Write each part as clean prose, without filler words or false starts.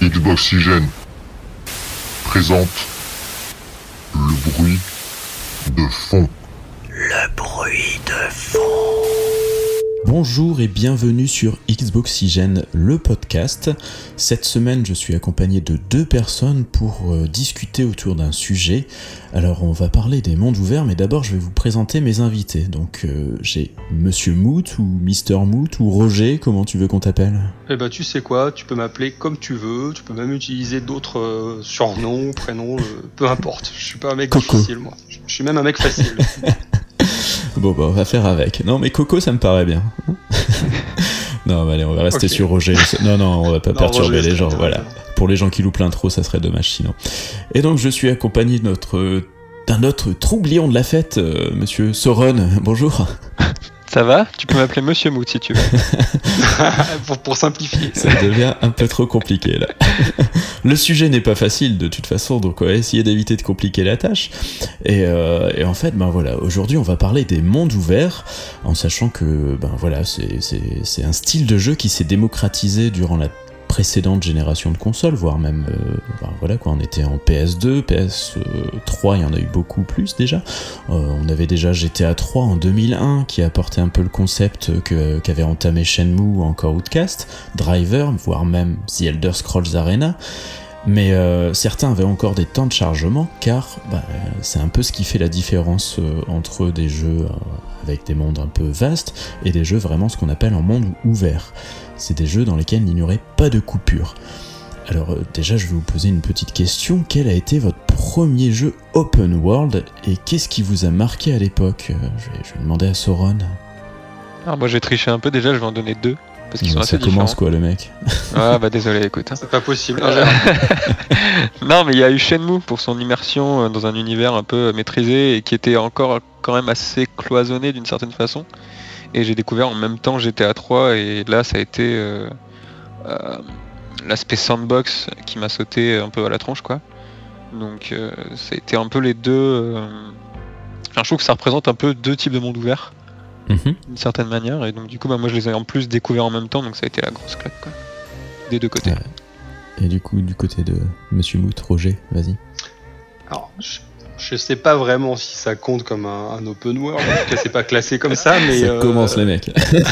Xboxygène présente le bruit de fond. Le bruit de fond. Bonjour et bienvenue sur Xboxygène, le podcast. Cette semaine, je suis accompagné de 2 personnes pour discuter autour d'un sujet. Alors, on va parler des mondes ouverts, mais d'abord, je vais vous présenter mes invités. Donc, j'ai Monsieur Moot ou Mister Moot ou Roger, comment tu veux qu'on t'appelle ? Eh ben, tu sais quoi, tu peux m'appeler comme tu veux, tu peux même utiliser d'autres surnoms, prénoms, peu importe. Je suis pas un mec difficile, moi. Je suis même un mec facile. Bon, on va faire avec. Non, mais Coco, ça me paraît bien. Non, mais allez, on va rester sur Roger. Non, on va pas perturber Roger, les gens, voilà. Pour les gens qui loupent l'intro, ça serait dommage sinon. Et donc, je suis accompagné d'un autre troublion de la fête, Monsieur Soron. Bonjour. Ça va ? Tu peux m'appeler Monsieur Moot si tu veux. pour simplifier. Ça devient un peu trop compliqué là. Le sujet n'est pas facile de toute façon, donc on va essayer d'éviter de compliquer la tâche. Et en fait, voilà, aujourd'hui on va parler des mondes ouverts, en sachant que c'est un style de jeu qui s'est démocratisé durant la précédente génération de consoles, voire même on était en PS2, PS3, il y en a eu beaucoup plus déjà. On avait déjà GTA 3 en 2001 qui apportait un peu le concept qu'avait entamé Shenmue ou encore Outcast, Driver, voire même The Elder Scrolls Arena. Mais certains avaient encore des temps de chargement car c'est un peu ce qui fait la différence entre des jeux avec des mondes un peu vastes et des jeux vraiment ce qu'on appelle en monde ouvert. C'est des jeux dans lesquels il n'y aurait pas de coupure. Alors déjà je vais vous poser une petite question. Quel a été votre premier jeu open world et qu'est-ce qui vous a marqué à l'époque ? Je vais demander à Sauron. Alors moi j'ai triché un peu déjà, je vais en donner 2. Parce qu'ils sont assez différents. Ça commence quoi le mec ? Ah désolé, écoute. C'est pas possible. Non mais il y a eu Shenmue pour son immersion dans un univers un peu maîtrisé et qui était encore quand même assez cloisonné d'une certaine façon. Et j'ai découvert en même temps GTA 3 et là ça a été l'aspect sandbox qui m'a sauté un peu à la tronche quoi. Donc ça a été un peu les deux. Je trouve que ça représente un peu 2 types de mondes ouverts. D'une certaine manière, et donc du coup moi je les ai en plus découverts en même temps, donc ça a été la grosse claque quoi. Des 2 côtés. Et du coup du côté de Monsieur Moot, Roger, vas-y. Alors je sais pas vraiment si ça compte comme un open world, en tout cas c'est pas classé comme ça, mais ça commence les mecs.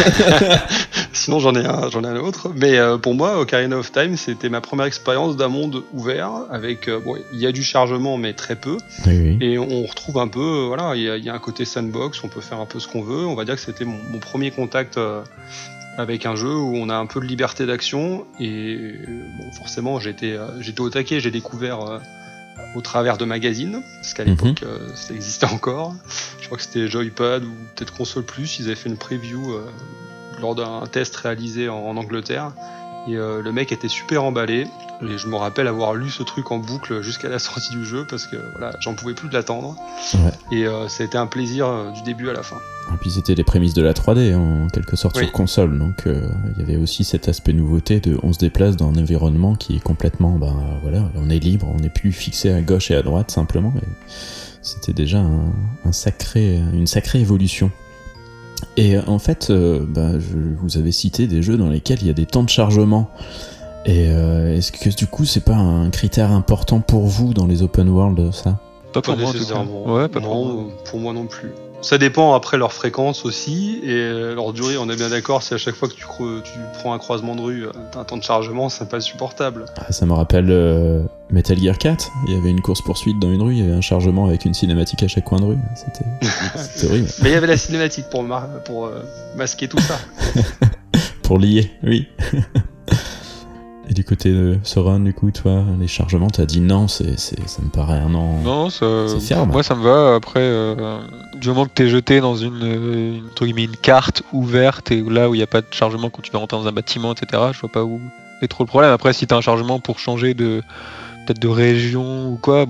Sinon j'en ai un autre, mais pour moi Ocarina of Time c'était ma première expérience d'un monde ouvert avec il y a du chargement mais très peu, oui. Et on retrouve un peu il y a un côté sandbox, on peut faire un peu ce qu'on veut. On va dire que c'était mon premier contact avec un jeu où on a un peu de liberté d'action et forcément j'étais au taquet, j'ai découvert au travers de magazines, parce qu'à l'époque ça existait encore. Je crois que c'était Joypad ou peut-être Console Plus, ils avaient fait une preview lors d'un test réalisé en Angleterre, et le mec était super emballé, et je me rappelle avoir lu ce truc en boucle jusqu'à la sortie du jeu, parce que j'en pouvais plus de l'attendre, et ça a été un plaisir du début à la fin. Et puis c'était les prémices de la 3D en quelque sorte sur console, donc il y avait aussi cet aspect nouveauté de on se déplace dans un environnement qui est complètement, on est libre, on n'est plus fixé à gauche et à droite simplement, et c'était déjà une sacrée évolution. Et en fait, vous avez cité des jeux dans lesquels il y a des temps de chargement. Et est-ce que du coup c'est pas un critère important pour vous dans les open world ça ? Pas pour moi nécessairement. Pour moi non plus. Ça dépend après leur fréquence aussi et leur durée. On est bien d'accord, si à chaque fois que tu prends un croisement de rue, t'as un temps de chargement, c'est pas supportable. Ça me rappelle Metal Gear 4. Il y avait une course-poursuite dans une rue, il y avait un chargement avec une cinématique à chaque coin de rue. C'était horrible. Mais il y avait la cinématique pour masquer tout ça. Pour lier, oui. Et du côté de Sauron, du coup, toi, les chargements, t'as dit non, ça me paraît un an. Non, c'est ferme. Moi ça me va. Après, du moment que t'es jeté dans une carte ouverte et là où il n'y a pas de chargement quand tu vas rentrer dans un bâtiment, etc., je vois pas où est trop le problème. Après, si t'as un chargement pour changer peut-être de région ou quoi,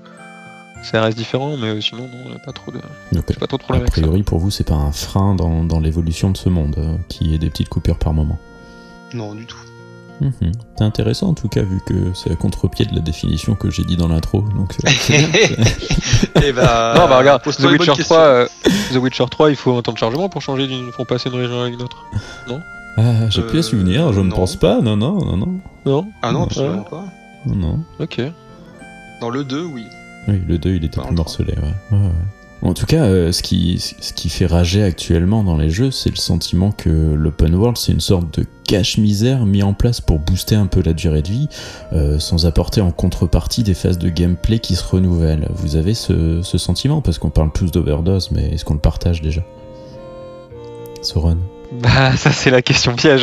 ça reste différent, mais sinon, non, il n'y a pas trop de problème avec ça. A priori, pour vous, c'est pas un frein dans l'évolution de ce monde, qui est des petites coupures par moment. Non, du tout. C'est intéressant en tout cas, vu que c'est à contre-pied de la définition que j'ai dit dans l'intro, donc c'est bien. Et regarde, The Witcher 3, il faut un temps de chargement pour passer d'une région à une autre, non ? J'ai plus à souvenir, je ne pense pas, non. Non. Ah non, absolument pas. Non. Ok. Dans le 2, oui. Oui, le 2 il était Pas plus le morcelé, ouais. En tout cas, ce qui fait rager actuellement dans les jeux, c'est le sentiment que l'open world, c'est une sorte de cache-misère mis en place pour booster un peu la durée de vie, sans apporter en contrepartie des phases de gameplay qui se renouvellent. Vous avez ce sentiment, parce qu'on parle tous d'overdose, mais est-ce qu'on le partage déjà, Sauron? Bah, ça, c'est la question piège.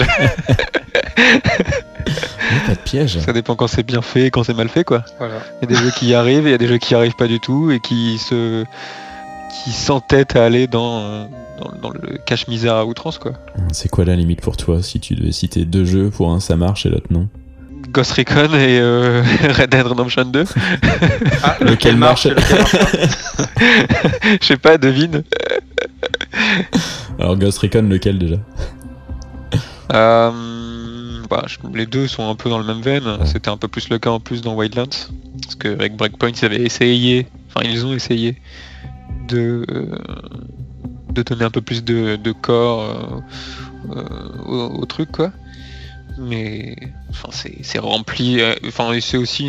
Il n'y a pas de piège. Ça dépend quand c'est bien fait et quand c'est mal fait, quoi. Voilà. Il y a des jeux qui y arrivent, et il y a des jeux qui y arrivent pas du tout, et qui s'entêtent à aller dans le cache-misère à outrance, quoi. C'est quoi la limite pour toi, si tu devais citer 2 jeux, pour un ça marche et l'autre non? Ghost Recon et Red Dead Redemption 2. Ah, Lequel marche? lequel marche pas. Je sais pas, devine. Alors Ghost Recon, lequel déjà? Les deux sont un peu dans le même veine. Ouais. C'était un peu plus le cas en plus dans Wildlands. Parce qu'avec Breakpoint, ils ont essayé de donner un peu plus de corps au truc, quoi. Mais c'est rempli. C'est aussi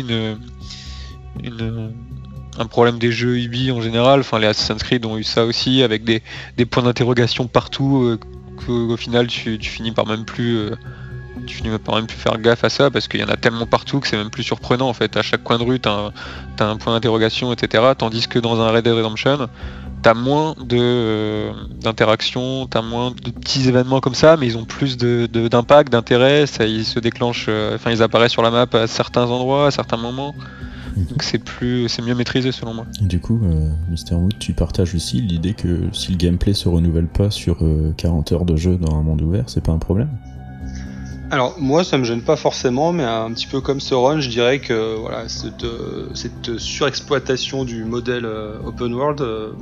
un problème des jeux Ubi en général. Enfin, les Assassin's Creed ont eu ça aussi, avec des points d'interrogation partout, qu'au final tu finis par même plus faire gaffe à ça, parce qu'il y en a tellement partout que c'est même plus surprenant en fait. À chaque coin de rue t'as un point d'interrogation, etc. Tandis que dans un Red Dead Redemption, t'as moins d'interactions, t'as moins de petits événements comme ça, mais ils ont plus d'impact, d'intérêt. Ils se déclenchent, ils apparaissent sur la map à certains endroits, à certains moments. Donc c'est mieux maîtrisé selon moi. Du coup, Mr. Wood, tu partages aussi l'idée que si le gameplay se renouvelle pas sur 40 heures de jeu dans un monde ouvert, c'est pas un problème? Alors moi ça me gêne pas forcément, mais un petit peu comme Sauron, je dirais que voilà, cette surexploitation du modèle open world,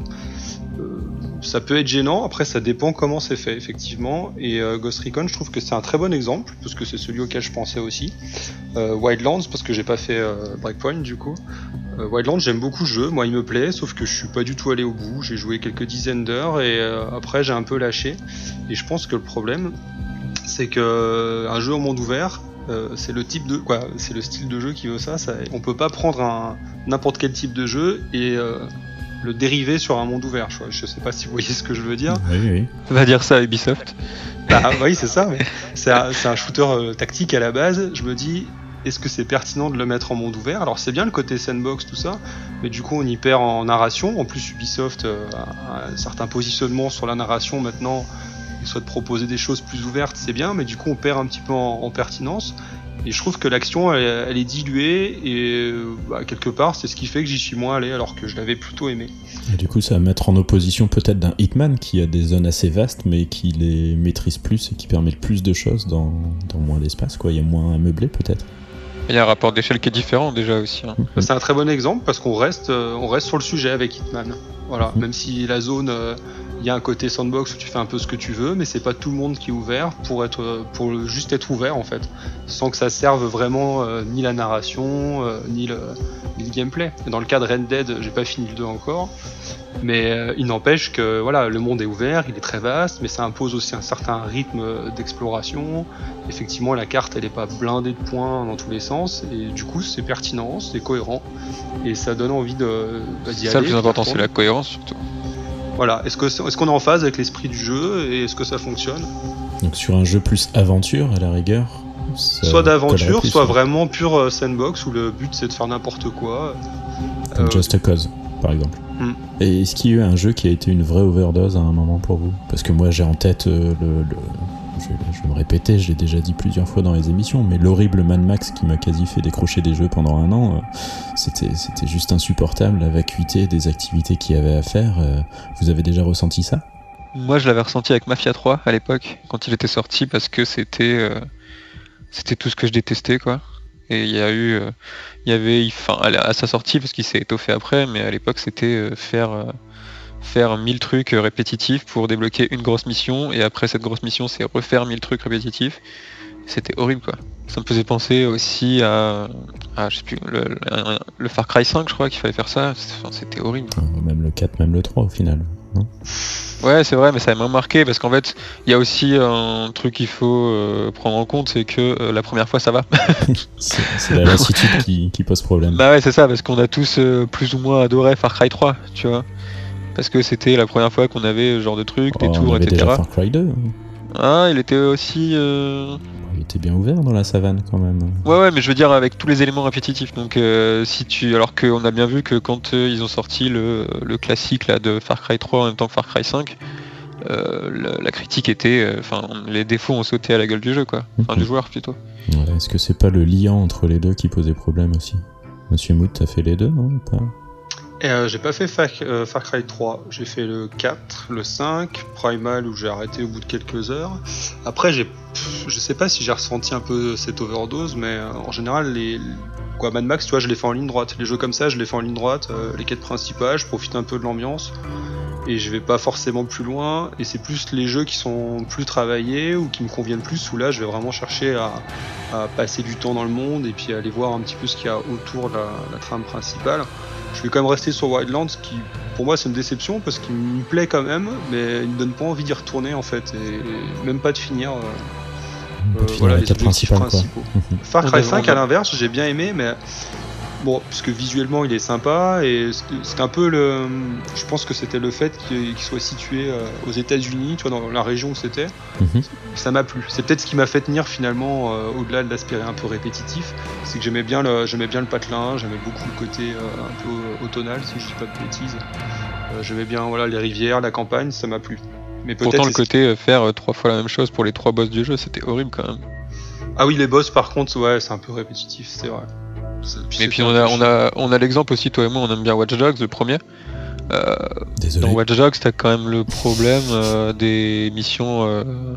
ça peut être gênant. Après ça dépend comment c'est fait effectivement, et Ghost Recon je trouve que c'est un très bon exemple, parce que c'est celui auquel je pensais aussi. Wildlands, parce que j'ai pas fait Breakpoint du coup. Wildlands, j'aime beaucoup le jeu, moi il me plaît, sauf que je suis pas du tout allé au bout, j'ai joué quelques dizaines d'heures et après j'ai un peu lâché, et je pense que le problème c'est que un jeu en monde ouvert, c'est le style de jeu qui veut ça. On peut pas prendre n'importe quel type de jeu et le dériver sur un monde ouvert. Je sais pas si vous voyez ce que je veux dire. Oui. Va dire ça à Ubisoft. Bah oui, c'est ça. Mais c'est un shooter tactique à la base. Je me dis, est-ce que c'est pertinent de le mettre en monde ouvert? Alors c'est bien le côté sandbox, tout ça, mais du coup on y perd en narration. En plus Ubisoft a un certain positionnement sur la narration maintenant. Soit de proposer des choses plus ouvertes, c'est bien, mais du coup on perd un petit peu en pertinence, et je trouve que l'action elle est diluée, et quelque part c'est ce qui fait que j'y suis moins allé alors que je l'avais plutôt aimé. Et du coup ça va mettre en opposition peut-être d'un Hitman qui a des zones assez vastes mais qui les maîtrise plus et qui permet plus de choses dans moins d'espace, quoi. Il y a moins à meubler peut-être. Il y a un rapport d'échelle qui est différent déjà aussi. C'est un très bon exemple parce qu'on reste sur le sujet avec Hitman. Voilà, même si la zone, il y a un côté sandbox où tu fais un peu ce que tu veux, mais c'est pas tout le monde qui est ouvert pour juste être ouvert en fait, sans que ça serve vraiment ni la narration ni le gameplay. Et dans le cas de Red Dead, j'ai pas fini le 2 encore, mais il n'empêche que voilà, le monde est ouvert, il est très vaste, mais ça impose aussi un certain rythme d'exploration. Effectivement, la carte elle est pas blindée de points dans tous les sens, et du coup c'est pertinent, c'est cohérent, et ça donne envie d'y aller. Ça, le plus important, c'est la cohérence surtout. Voilà, est-ce qu'on est en phase avec l'esprit du jeu, et est-ce que ça fonctionne? Donc sur un jeu plus aventure à la rigueur, soit d'aventure, plus, soit ouais. Vraiment pur sandbox où le but c'est de faire n'importe quoi. Comme Just Cause par exemple. Et est-ce qu'il y a eu un jeu qui a été une vraie overdose à un moment pour vous? Parce que moi j'ai en tête je vais me répéter, je l'ai déjà dit plusieurs fois dans les émissions, mais l'horrible Mad Max qui m'a quasi fait décrocher des jeux pendant un an, c'était juste insupportable, la vacuité des activités qu'il y avait à faire. Vous avez déjà ressenti ça? Moi je l'avais ressenti avec Mafia 3 à l'époque, quand il était sorti, parce que c'était tout ce que je détestais, quoi. Et il y avait à sa sortie, parce qu'il s'est étoffé après, mais à l'époque c'était faire 1000 trucs répétitifs pour débloquer une grosse mission, et après cette grosse mission c'est refaire 1000 trucs répétitifs. C'était horrible, quoi. Ça me faisait penser aussi à je sais plus, le Far Cry 5, je crois qu'il fallait faire ça. C'était horrible. Même le 4, même le 3 au final. non ? Ouais, c'est vrai, mais ça m'a marqué parce qu'en fait, il y a aussi un truc qu'il faut prendre en compte, c'est que la première fois ça va. C'est la lassitude qui pose problème. Bah ouais, c'est ça, parce qu'on a tous plus ou moins adoré Far Cry 3, tu vois. Parce que c'était la première fois qu'on avait ce genre de truc, des On tours, avait etc. déjà Far Cry 2. Ah, il était aussi. Il était bien ouvert dans la savane quand même. Ouais, mais je veux dire avec tous les éléments répétitifs. Donc, alors qu'on a bien vu que quand ils ont sorti le classique là de Far Cry 3 en même temps que Far Cry 5, la critique était, les défauts ont sauté à la gueule du jeu, quoi. Enfin, du joueur plutôt. Ouais, est-ce que c'est pas le lien entre les deux qui posait problème aussi ? Monsieur Mood, t'as fait les deux, non ou pas ? J'ai pas fait Far Cry 3, j'ai fait le 4, le 5, Primal où j'ai arrêté au bout de quelques heures. Après je sais pas si j'ai ressenti un peu cette overdose, mais en général Mad Max, tu vois, je l'ai fait en ligne droite. Les jeux comme ça, je les fais en ligne droite, les quêtes principales, je profite un peu de l'ambiance et je vais pas forcément plus loin, et c'est plus les jeux qui sont plus travaillés ou qui me conviennent plus, où là je vais vraiment chercher à passer du temps dans le monde et puis aller voir un petit peu ce qu'il y a autour de la trame principale. Je vais quand même rester sur Wildlands, qui pour moi c'est une déception parce qu'il me plaît quand même, mais il me donne pas envie d'y retourner en fait, et même pas de finir voilà, les objectifs principaux. Far Cry 5 a... à l'inverse, j'ai bien aimé, mais bon, parce que visuellement il est sympa, et c'est un peu je pense que c'était le fait qu'il soit situé aux États-Unis, tu vois, dans la région où c'était. Ça m'a plu. C'est peut-être ce qui m'a fait tenir finalement, au-delà de l'aspect un peu répétitif, c'est que j'aimais bien le patelin, j'aimais beaucoup le côté un peu automnal, si je dis pas de bêtises. J'aimais bien les rivières, la campagne, ça m'a plu. Mais pourtant le côté faire 3 fois la même chose pour les 3 boss du jeu, c'était horrible quand même. Ah oui, les boss par contre, ouais, c'est un peu répétitif, c'est vrai. Et puis on a l'exemple aussi, toi et moi, on aime bien Watch Dogs, le premier. Désolé. Dans Watch Dogs, t'as quand même le problème des missions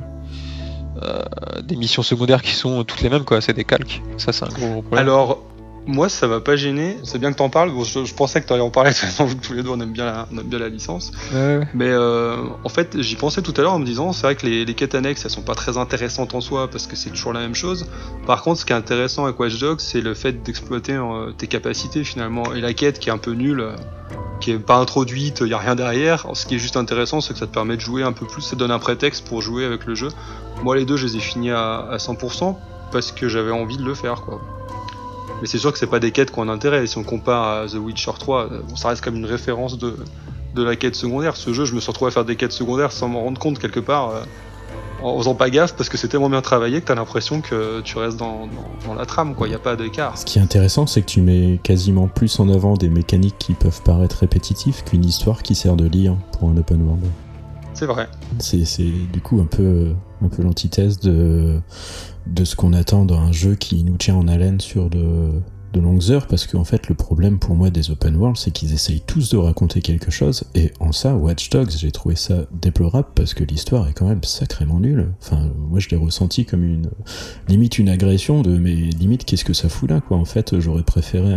secondaires qui sont toutes les mêmes, quoi. C'est des calques. Ça, c'est un gros problème. Alors, moi, ça m'a pas gêné. C'est bien que t'en parles. Bon, je pensais que t'allais en parler. Tous les deux, on aime bien la licence. Ouais. Mais en fait, j'y pensais tout à l'heure en me disant, c'est vrai que les quêtes annexes, elles sont pas très intéressantes en soi parce que c'est toujours la même chose. Par contre, ce qui est intéressant avec Watch Dogs, c'est le fait d'exploiter tes capacités finalement. Et la quête qui est un peu nulle, qui est pas introduite, y a rien derrière. Alors, ce qui est juste intéressant, c'est que ça te permet de jouer un peu plus. Ça donne un prétexte pour jouer avec le jeu. Moi, les deux, je les ai finis à 100% parce que j'avais envie de le faire, quoi. Mais c'est sûr que c'est pas des quêtes qui ont un intérêt. Si on compare à The Witcher 3, ça reste comme une référence de la quête secondaire. Ce jeu, je me suis retrouvé à faire des quêtes secondaires sans m'en rendre compte quelque part, en faisant pas gaffe, parce que c'est tellement bien travaillé que t'as l'impression que tu restes dans la trame, quoi. Y a pas d'écart. Ce qui est intéressant, c'est que tu mets quasiment plus en avant des mécaniques qui peuvent paraître répétitives qu'une histoire qui sert de lien pour un open world. C'est vrai. C'est du coup un peu l'antithèse de ce qu'on attend dans un jeu qui nous tient en haleine sur de longues heures, parce qu'en fait le problème pour moi des open world, c'est qu'ils essayent tous de raconter quelque chose, et en ça Watch Dogs, j'ai trouvé ça déplorable parce que l'histoire est quand même sacrément nulle. Enfin, moi je l'ai ressenti comme limite une agression mais limite qu'est-ce que ça fout là, quoi. En fait, j'aurais préféré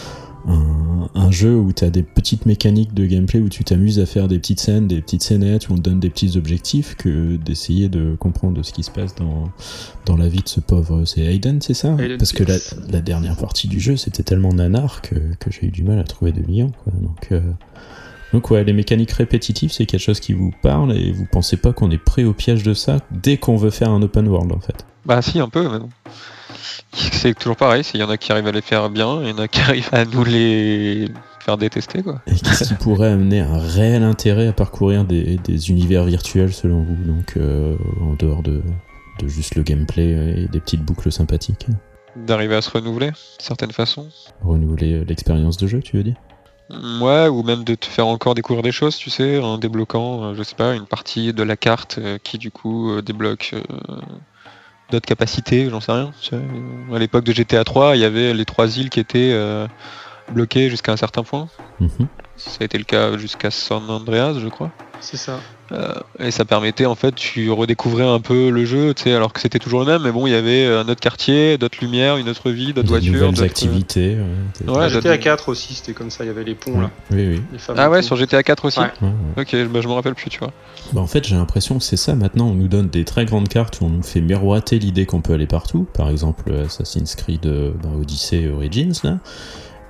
un jeu où t'as des petites mécaniques de gameplay, où tu t'amuses à faire des petites scènes, des petites scénettes, où on te donne des petits objectifs, que d'essayer de comprendre ce qui se passe dans la vie de ce pauvre... C'est Aiden, c'est ça ? Aiden, parce que la dernière partie du jeu, c'était tellement nanar que j'ai eu du mal à trouver de lien, quoi. Donc ouais, les mécaniques répétitives, c'est quelque chose qui vous parle, et vous pensez pas qu'on est prêt au piège de ça dès qu'on veut faire un open world, en fait ? Bah si, un peu, mais bon. C'est toujours pareil, il y en a qui arrivent à les faire bien, et il y en a qui arrivent à nous les faire détester, quoi. Et qu'est-ce qui pourrait amener un réel intérêt à parcourir des univers virtuels selon vous, donc en dehors de juste le gameplay et des petites boucles sympathiques ? D'arriver à se renouveler, de certaines façons. Renouveler l'expérience de jeu, tu veux dire ? Ouais, ou même de te faire encore découvrir des choses, tu sais, en débloquant, je sais pas, une partie de la carte qui du coup débloque... d'autres capacités, j'en sais rien. À l'époque de GTA 3, il y avait les 3 îles qui étaient bloquées jusqu'à un certain point. Ça a été le cas jusqu'à San Andreas, je crois. C'est ça. Et ça permettait, en fait, tu redécouvrais un peu le jeu, tu sais, alors que c'était toujours le même, mais bon, il y avait un autre quartier, d'autres lumières, une autre vie, d'autres voitures. Nouvelles activités. Ouais, GTA 4 aussi, c'était comme ça, il y avait les ponts, là. Oui. Ah ouais, sur GTA 4 aussi. Ouais. Ok, bah, je me rappelle plus, tu vois. Bah en fait, j'ai l'impression que c'est ça. Maintenant, on nous donne des très grandes cartes où on nous fait miroiter l'idée qu'on peut aller partout. Par exemple, Assassin's Creed Odyssey Origins, là.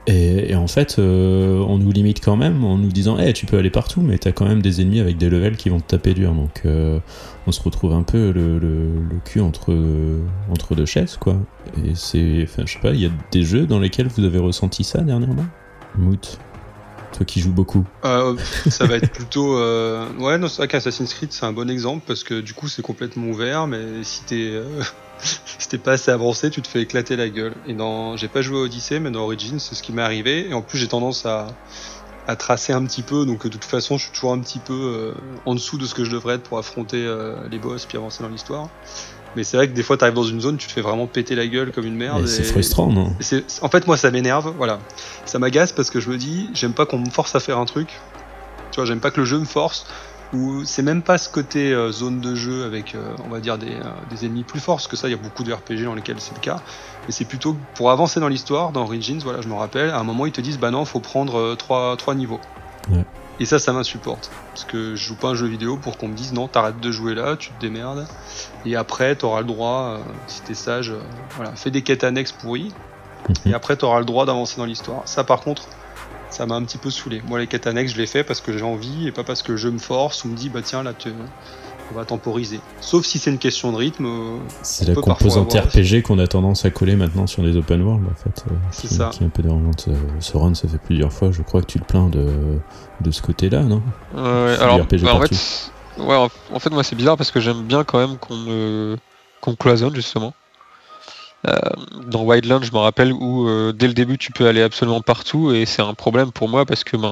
Et en fait, on nous limite quand même en nous disant hey, tu peux aller partout, mais t'as quand même des ennemis avec des levels qui vont te taper dur. Donc on se retrouve un peu le cul entre deux chaises, quoi. Et je sais pas, il y a des jeux dans lesquels vous avez ressenti ça dernièrement, Moot? Toi qui joues beaucoup. Ça va être plutôt... Ouais, non, c'est vrai qu'Assassin's Creed, c'est un bon exemple, parce que du coup, c'est complètement ouvert, mais si t'es pas assez avancé, tu te fais éclater la gueule. Et j'ai pas joué à Odyssey, mais dans Origins, c'est ce qui m'est arrivé. Et en plus, j'ai tendance à tracer un petit peu, donc de toute façon, je suis toujours un petit peu en dessous de ce que je devrais être pour affronter les boss, puis avancer dans l'histoire. Mais c'est vrai que des fois, t'arrives dans une zone, tu te fais vraiment péter la gueule comme une merde. Et c'est frustrant, non ? En fait, moi, ça m'énerve, voilà. Ça m'agace parce que je me dis, j'aime pas qu'on me force à faire un truc. Tu vois, j'aime pas que le jeu me force. Ou c'est même pas ce côté zone de jeu avec, on va dire, des ennemis plus forts, parce que ça, il y a beaucoup de RPG dans lesquels c'est le cas. Mais c'est plutôt pour avancer dans l'histoire, dans Origins, voilà, je me rappelle, à un moment, ils te disent, bah non, faut prendre 3 niveaux. Ouais. Et ça m'insupporte. Parce que je joue pas un jeu vidéo pour qu'on me dise non, t'arrêtes de jouer là, tu te démerdes. Et après, t'auras le droit, si t'es sage, voilà, fais des quêtes annexes pourries. Et après, t'auras le droit d'avancer dans l'histoire. Ça, par contre, ça m'a un petit peu saoulé. Moi, les quêtes annexes, je les fais parce que j'ai envie et pas parce que le jeu me force ou me dit, bah tiens, là, on va temporiser. Sauf si c'est une question de rythme. C'est la composante RPG qu'on a tendance à coller maintenant sur les open world, en fait. C'est ça. Qui est un peu dérangeante. Ce run, ça fait plusieurs fois, je crois que tu te plains de ce côté-là, non ? Ouais, alors, en fait, moi, c'est bizarre parce que j'aime bien quand même qu'on cloisonne, justement. Dans Wildlands, je me rappelle où dès le début, tu peux aller absolument partout et c'est un problème pour moi parce que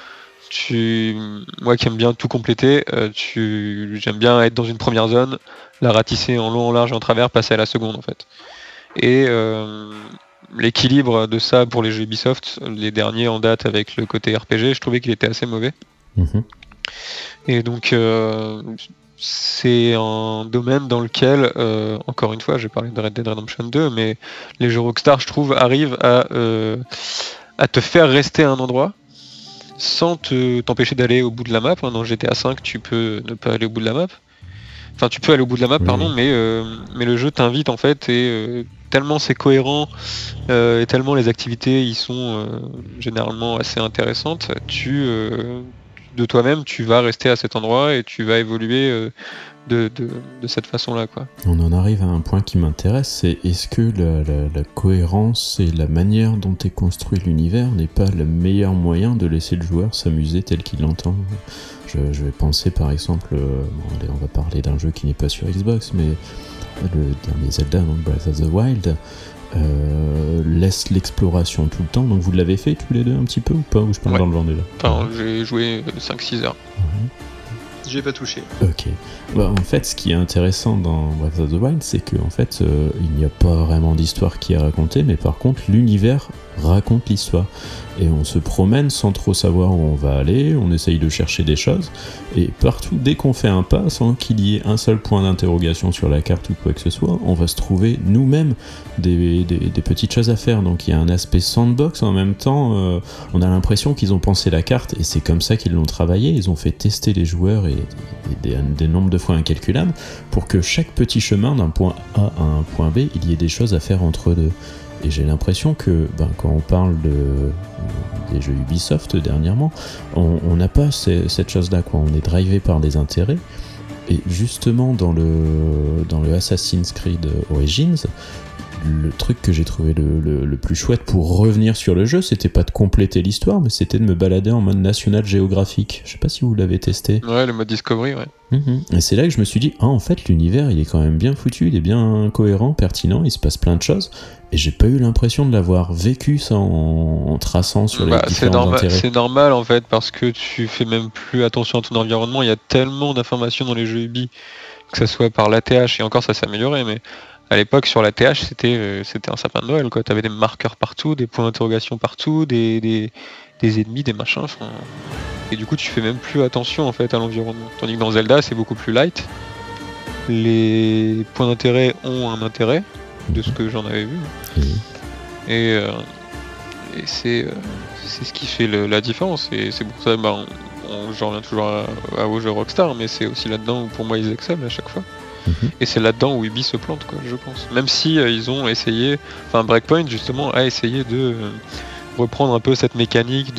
moi qui aime bien tout compléter, j'aime bien être dans une première zone, la ratisser en long, en large et en travers, passer à la seconde en fait. Et l'équilibre de ça pour les jeux Ubisoft, les derniers en date avec le côté RPG, je trouvais qu'il était assez mauvais. Et donc c'est un domaine dans lequel, encore une fois, j'ai parlé de Red Dead Redemption 2, mais les jeux Rockstar, je trouve, arrivent à te faire rester à un endroit sans t'empêcher d'aller au bout de la map. Dans GTA V, tu peux ne pas aller au bout de la map. Enfin, tu peux aller au bout de la map, pardon, mais le jeu t'invite en fait, et tellement c'est cohérent, et tellement les activités y sont généralement assez intéressantes, de toi-même, tu vas rester à cet endroit et tu vas évoluer de cette façon-là, quoi. On en arrive à un point qui m'intéresse, c'est est-ce que la cohérence et la manière dont est construit l'univers n'est pas le meilleur moyen de laisser le joueur s'amuser tel qu'il l'entend ? Je vais penser par exemple, allez, on va parler d'un jeu qui n'est pas sur Xbox, mais le dernier Zelda, donc Breath of the Wild, laisse l'exploration tout le temps. Donc vous l'avez fait tous les deux un petit peu ou pas ? Ou je parle dans le vent déjà ? Enfin, j'ai joué 5-6 heures. J'ai pas touché. Ok. Bah, en fait, ce qui est intéressant dans Breath of the Wild, c'est qu'en fait, il n'y a pas vraiment d'histoire qui est racontée, mais par contre, l'univers raconte l'histoire. Et on se promène sans trop savoir où on va aller, on essaye de chercher des choses, et partout, dès qu'on fait un pas, sans qu'il y ait un seul point d'interrogation sur la carte ou quoi que ce soit, on va se trouver nous-mêmes des petites choses à faire. Donc il y a un aspect sandbox, en même temps, on a l'impression qu'ils ont pensé la carte, et c'est comme ça qu'ils l'ont travaillé, ils ont fait tester les joueurs et des nombres de fois incalculables, pour que chaque petit chemin d'un point A à un point B, il y ait des choses à faire entre deux. Et j'ai l'impression que quand on parle des jeux Ubisoft dernièrement, on n'a pas cette chose-là, quoi. On est drivé par des intérêts. Et justement, dans le Assassin's Creed Origins, le truc que j'ai trouvé le plus chouette pour revenir sur le jeu, c'était pas de compléter l'histoire, mais c'était de me balader en mode National Geographic. Je sais pas si vous l'avez testé. Ouais, le mode Discovery, ouais. Et c'est là que je me suis dit, en fait, l'univers, il est quand même bien foutu, il est bien cohérent, pertinent, il se passe plein de choses. Et j'ai pas eu l'impression de l'avoir vécu ça en traçant sur les différents intérêts. C'est normal en fait, parce que tu fais même plus attention à ton environnement. Il y a tellement d'informations dans les jeux Ubi, que ça soit par l'ATH, et encore ça s'est amélioré, mais à l'époque sur l'ATH c'était un sapin de Noël, quoi. T'avais des marqueurs partout, des points d'interrogation partout, des ennemis, des machins. Et du coup tu fais même plus attention en fait à l'environnement. Tandis que dans Zelda c'est beaucoup plus light. Les points d'intérêt ont un intérêt, de ce que j'en avais vu. Et c'est ce qui fait la différence. Et c'est pour ça, j'en reviens toujours aux jeux Rockstar, mais c'est aussi là-dedans où pour moi ils excellent à chaque fois. Et c'est là-dedans où Ubi se plante, quoi, je pense. Même si ils ont essayé, Breakpoint justement a essayé reprendre un peu cette mécanique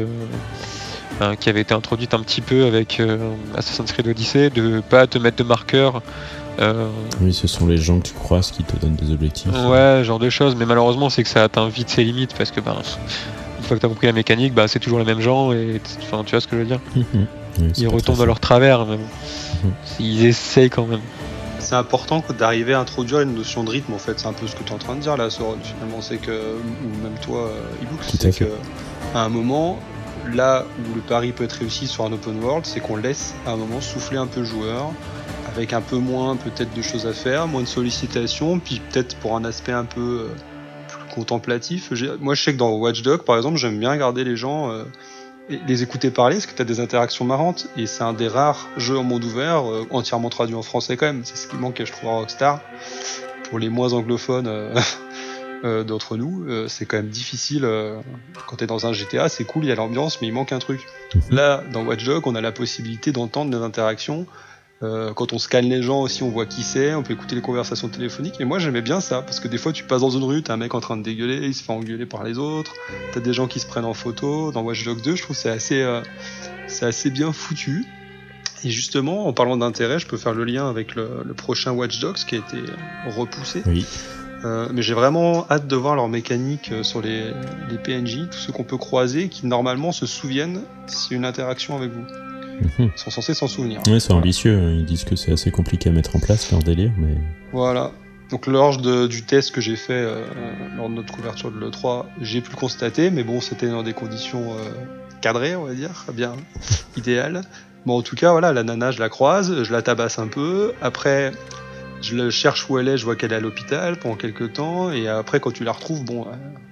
qui avait été introduite un petit peu avec Assassin's Creed Odyssey, de pas te mettre de marqueur. Oui, ce sont les gens que tu croises qui te donnent des objectifs. Ouais, genre de choses, mais malheureusement c'est que ça atteint vite ses limites parce que une fois que t'as compris la mécanique, c'est toujours les mêmes gens et tu vois ce que je veux dire. Oui, ils retombent dans leur travers, mais bon. Ils essayent quand même. C'est important d'arriver à introduire une notion de rythme en fait, c'est un peu ce que tu es en train de dire là, Soron, finalement, c'est que, ou même toi, Ibook, c'est que à un moment, là où le pari peut être réussi sur un open world, c'est qu'on laisse à un moment souffler un peu le joueur, avec un peu moins peut-être de choses à faire, moins de sollicitations, puis peut-être pour un aspect un peu plus contemplatif. Moi je sais que dans Watch Dogs par exemple, j'aime bien regarder les gens et les écouter parler parce que tu as des interactions marrantes, et c'est un des rares jeux en monde ouvert entièrement traduit en français quand même, c'est ce qui manque je trouve à Rockstar. Pour les moins anglophones d'entre nous, c'est quand même difficile. Quand t'es dans un GTA, c'est cool, il y a l'ambiance, mais il manque un truc. Là, dans Watch Dogs, on a la possibilité d'entendre les interactions. Quand on scanne les gens aussi, on voit qui c'est, on peut écouter les conversations téléphoniques. Et moi, j'aimais bien ça, parce que des fois, tu passes dans une rue, t'as un mec en train de dégueuler, il se fait engueuler par les autres. T'as des gens qui se prennent en photo. Dans Watch Dogs 2, je trouve que c'est assez bien foutu. Et justement, en parlant d'intérêt, je peux faire le lien avec le prochain Watch Dogs qui a été repoussé. Oui. Mais j'ai vraiment hâte de voir leur mécanique sur les PNJ, tous ceux qu'on peut croiser, qui normalement se souviennent s'il y a une interaction avec vous. Ils sont censés s'en souvenir. Oui, c'est ambitieux, ils disent que c'est assez compliqué à mettre en place leur délire, mais... Voilà. Donc lors du test que j'ai fait lors de notre couverture de l'E3, j'ai pu le constater, mais bon, c'était dans des conditions cadrées, on va dire, bien idéales. Bon, en tout cas, voilà, la nana, je la croise, je la tabasse un peu, après... Je le cherche où elle est, je vois qu'elle est à l'hôpital pendant quelques temps, et après quand tu la retrouves, bon,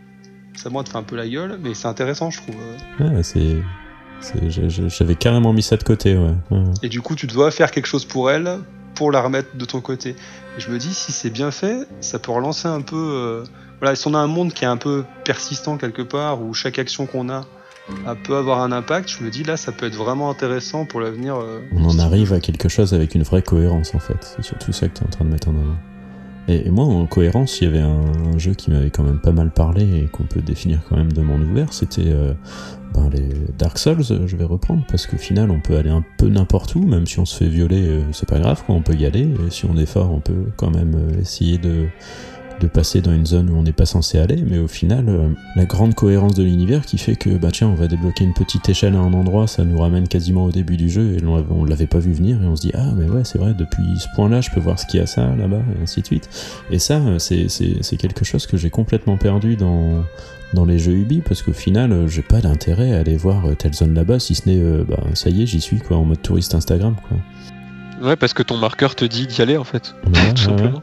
ça moi te fait un peu la gueule, mais c'est intéressant je trouve. Ouais, j'avais carrément mis ça de côté, ouais. Et du coup tu dois faire quelque chose pour elle, pour la remettre de ton côté. Et je me dis, si c'est bien fait, ça peut relancer un peu... Voilà, si on a un monde qui est un peu persistant quelque part, où chaque action qu'on a peut avoir un impact, je me dis là ça peut être vraiment intéressant pour l'avenir. On en arrive à quelque chose avec une vraie cohérence en fait, c'est surtout ça que tu es en train de mettre en avant. Et moi en cohérence, il y avait un jeu qui m'avait quand même pas mal parlé et qu'on peut définir quand même de monde ouvert, c'était les Dark Souls, je vais reprendre, parce qu'au final on peut aller un peu n'importe où, même si on se fait violer, c'est pas grave, on peut y aller, et si on est fort on peut quand même essayer de passer dans une zone où on n'est pas censé aller, mais au final, la grande cohérence de l'univers qui fait que, tiens, on va débloquer une petite échelle à un endroit, ça nous ramène quasiment au début du jeu, et on l'avait pas vu venir, et on se dit, ah, mais ouais, c'est vrai, depuis ce point-là, je peux voir ce qu'il y a ça, là-bas, et ainsi de suite. Et ça, c'est quelque chose que j'ai complètement perdu dans les jeux Ubi, parce qu'au final, j'ai pas d'intérêt à aller voir telle zone là-bas, si ce n'est, ça y est, j'y suis, quoi, en mode touriste Instagram, quoi. Ouais, parce que ton marqueur te dit d'y aller, en fait. Ouais, tout simplement.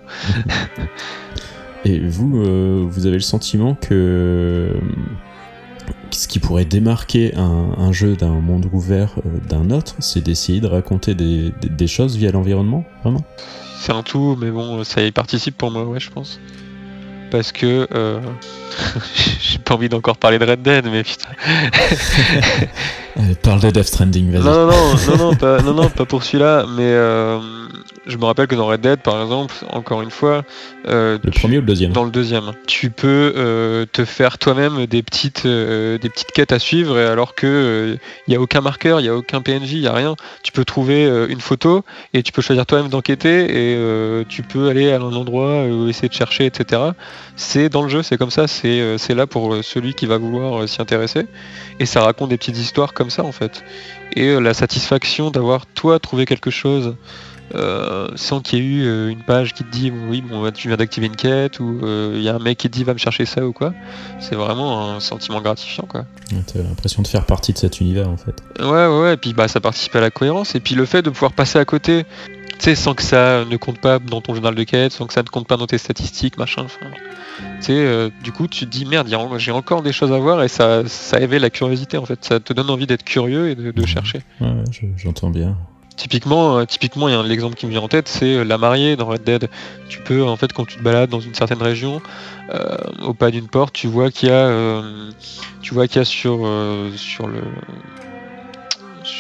Et vous avez le sentiment que ce qui pourrait démarquer un jeu d'un monde ouvert d'un autre, c'est d'essayer de raconter des choses via l'environnement, vraiment ? C'est un tout, mais bon, ça y participe pour moi, ouais, je pense. Parce que... j'ai pas envie d'encore parler de Red Dead, mais putain... Allez, parle de Death Stranding, vas-y. Non, pas pour celui-là, mais je me rappelle que dans Red Dead, par exemple, encore une fois... le premier ou le deuxième ? Dans le deuxième. Tu peux te faire toi-même des petites quêtes à suivre, et alors que y a aucun marqueur, il y a aucun PNJ, il y a rien. Tu peux trouver une photo, et tu peux choisir toi-même d'enquêter, et tu peux aller à un endroit, essayer de chercher, etc. C'est dans le jeu, c'est comme ça, c'est là pour celui qui va vouloir s'y intéresser, et ça raconte des petites histoires comme ça en fait. Et la satisfaction d'avoir toi trouvé quelque chose sans qu'il y ait eu une page qui te dit tu viens d'activer une quête, ou il y a un mec qui te dit va me chercher ça ou quoi, c'est vraiment un sentiment gratifiant, quoi. T'as l'impression de faire partie de cet univers en fait. Ouais, et puis ça participe à la cohérence, et puis le fait de pouvoir passer à côté, tu sais, sans que ça ne compte pas dans ton journal de quête, sans que ça ne compte pas dans tes statistiques, machin, enfin... Tu sais, du coup, tu te dis, merde, j'ai encore des choses à voir, et ça éveille la curiosité, en fait. Ça te donne envie d'être curieux et de chercher. Ouais, j'entends bien. Typiquement, il y a l'exemple qui me vient en tête, c'est la mariée dans Red Dead. Tu peux, en fait, quand tu te balades dans une certaine région, au pas d'une porte, tu vois qu'il y a sur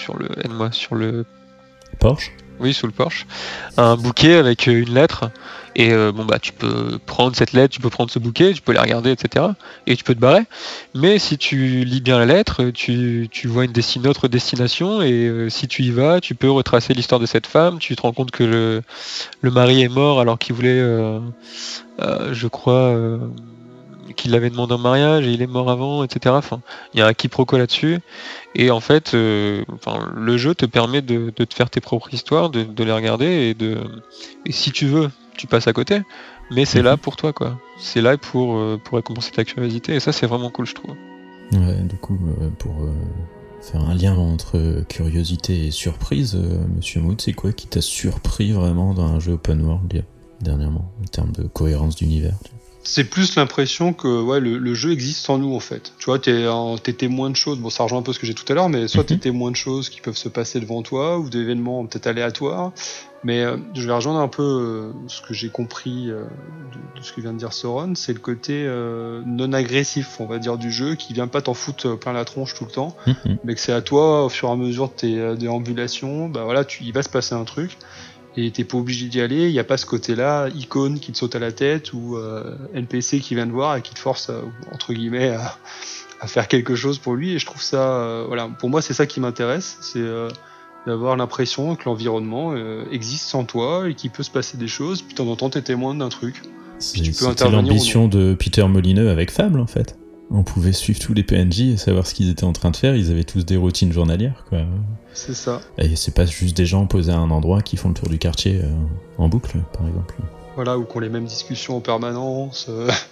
le Porsche ? Oui, sous le porche, un bouquet avec une lettre, Et tu peux prendre cette lettre, tu peux prendre ce bouquet, tu peux les regarder, etc. Et tu peux te barrer. Mais si tu lis bien la lettre, tu vois une autre destination, et si tu y vas, tu peux retracer l'histoire de cette femme. Tu te rends compte que le mari est mort alors qu'il voulait, je crois, qu'il l'avait demandé en mariage, et il est mort avant, etc. Enfin, il y a un quiproquo là-dessus. Et en fait, le jeu te permet de te faire tes propres histoires, de les regarder, et si tu veux, tu passes à côté, mais c'est là pour toi, quoi. C'est là pour récompenser ta curiosité, et ça, c'est vraiment cool, je trouve. Ouais, du coup, pour faire un lien entre curiosité et surprise, Monsieur Mood, c'est quoi qui t'a surpris vraiment dans un jeu open world dernièrement, en termes de cohérence d'univers? C'est plus l'impression que le jeu existe sans nous, en fait. Tu vois, t'es témoin de choses, bon, ça rejoint un peu ce que j'ai tout à l'heure, mais soit t'es témoin de choses qui peuvent se passer devant toi, ou d'événements peut-être aléatoires, mais je vais rejoindre un peu ce que j'ai compris de ce que vient de dire Sauron, c'est le côté non agressif, on va dire, du jeu, qui vient pas t'en foutre plein la tronche tout le temps, mais que c'est à toi, au fur et à mesure de tes déambulations, il va se passer un truc, et t'es pas obligé d'y aller, il y a pas ce côté-là, icône qui te saute à la tête, ou NPC qui vient te voir et qui te force, entre guillemets, à faire quelque chose pour lui, et je trouve ça, pour moi c'est ça qui m'intéresse, c'est d'avoir l'impression que l'environnement existe sans toi, et qu'il peut se passer des choses, puis de temps en temps t'es témoin d'un truc. C'était l'ambition de Peter Molineux avec Fable, en fait. On pouvait suivre tous les PNJ et savoir ce qu'ils étaient en train de faire. Ils avaient tous des routines journalières, quoi. C'est ça. Et c'est pas juste des gens posés à un endroit qui font le tour du quartier en boucle, par exemple. Voilà, ou qui ont les mêmes discussions en permanence.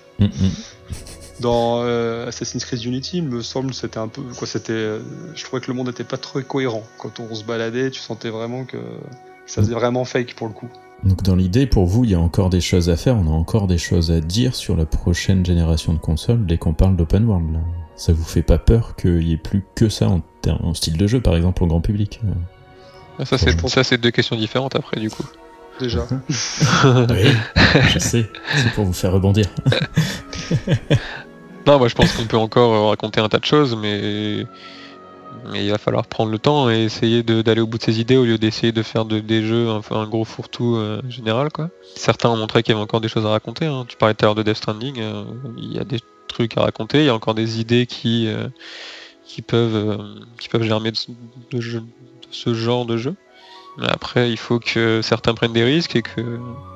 Dans Assassin's Creed Unity, il me semble, c'était un peu... je trouvais que le monde était pas très cohérent. Quand on se baladait, tu sentais vraiment que ça faisait vraiment fake, pour le coup. Donc dans l'idée, pour vous, il y a encore des choses à faire, on a encore des choses à dire sur la prochaine génération de consoles dès qu'on parle d'open world, là. Ça vous fait pas peur qu'il y ait plus que ça en style de jeu, par exemple, au grand public? Ça, c'est deux questions différentes après, du coup. Déjà. Oui, je sais, c'est pour vous faire rebondir. Non, moi je pense qu'on peut encore raconter un tas de choses, mais il va falloir prendre le temps et essayer d'aller au bout de ses idées au lieu d'essayer de faire des jeux un gros fourre-tout général, quoi. Certains ont montré qu'il y avait encore des choses à raconter, hein. Tu parlais tout à l'heure de Death Stranding, il y a des trucs à raconter, il y a encore des idées qui peuvent germer de ce genre de jeu. Mais après, il faut que certains prennent des risques et que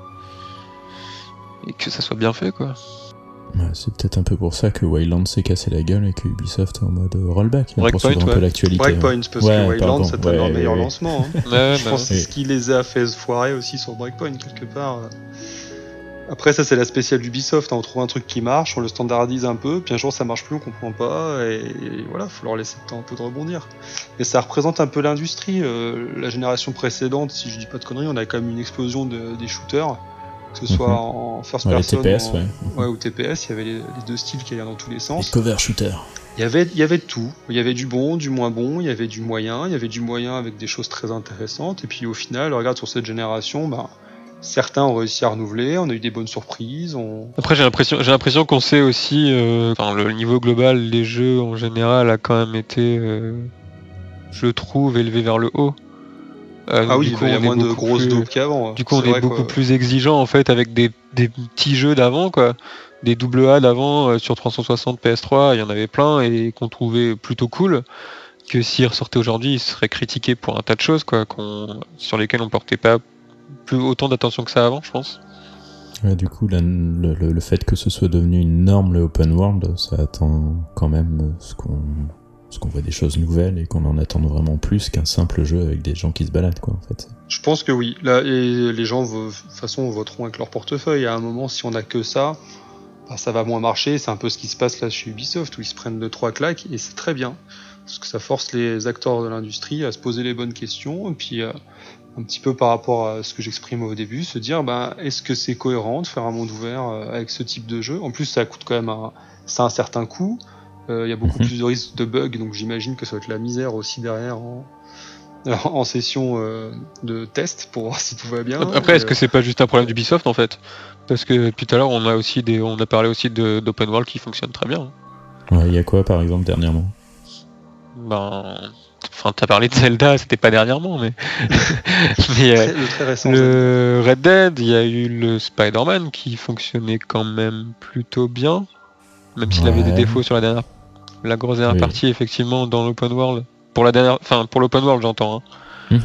ça soit bien fait, quoi. Ouais, c'est peut-être un peu pour ça que Wayland s'est cassé la gueule et que Ubisoft est en mode rollback, pour suivre un peu l'actualité. Breakpoint, parce que Wayland c'était leur meilleur lancement. Hein. Je pense que c'est ce qui les a fait se foirer aussi sur Breakpoint, quelque part. Après, ça c'est la spéciale d'Ubisoft, hein. On trouve un truc qui marche, on le standardise un peu, puis un jour ça marche plus, on comprend pas, et voilà, faut leur laisser le temps un peu de rebondir. Et ça représente un peu l'industrie. La génération précédente, si je dis pas de conneries, on a quand même une explosion des shooters. Que ce soit en first person TPS, ou TPS, il y avait les deux styles qui allaient dans tous les sens. Les cover shooters. Il y avait tout. Il y avait du bon, du moins bon, il y avait du moyen, avec des choses très intéressantes. Et puis au final, regarde sur cette génération, certains ont réussi à renouveler, on a eu des bonnes surprises. Après, j'ai l'impression qu'on sait aussi, le niveau global des jeux en général a quand même été, je trouve, élevé vers le haut. Oui, il y a moins de grosses daubes qu'avant. Du coup, on est beaucoup plus exigeant en fait avec des petits jeux d'avant, quoi. Des AA d'avant sur 360 PS3, il y en avait plein et qu'on trouvait plutôt cool. Que s'ils ressortaient aujourd'hui, ils seraient critiqués pour un tas de choses, quoi, sur lesquelles on portait pas plus autant d'attention que ça avant, je pense. Ouais, du coup, le fait que ce soit devenu une norme, le open world, ça attend quand même ce qu'on voit des choses nouvelles et qu'on en attend vraiment plus qu'un simple jeu avec des gens qui se baladent, quoi, en fait. Je pense que oui. Là, et les gens, de toute façon, voteront avec leur portefeuille. À un moment, si on a que ça, ça va moins marcher. C'est un peu ce qui se passe là chez Ubisoft, où ils se prennent 2-3 claques, et c'est très bien. Parce que ça force les acteurs de l'industrie à se poser les bonnes questions, et puis un petit peu par rapport à ce que j'exprime au début, se dire, est-ce que c'est cohérent de faire un monde ouvert avec ce type de jeu? En plus, ça coûte quand même un certain coût. Il y a beaucoup plus de risques de bugs, donc j'imagine que ça va être la misère aussi derrière en session de test pour voir si tout va bien. Après, est-ce que c'est pas juste un problème d'Ubisoft en fait? Parce que tout à l'heure on a parlé aussi d'open world qui fonctionne très bien. Ouais, il y a quoi par exemple dernièrement? Enfin, t'as parlé de Zelda, c'était pas dernièrement, mais. Le très récent. Le Red Dead, il y a eu le Spider-Man qui fonctionnait quand même plutôt bien, même s'il avait des défauts sur la grosse dernière partie, effectivement, dans l'open world. Pour l'open world, j'entends. Hein.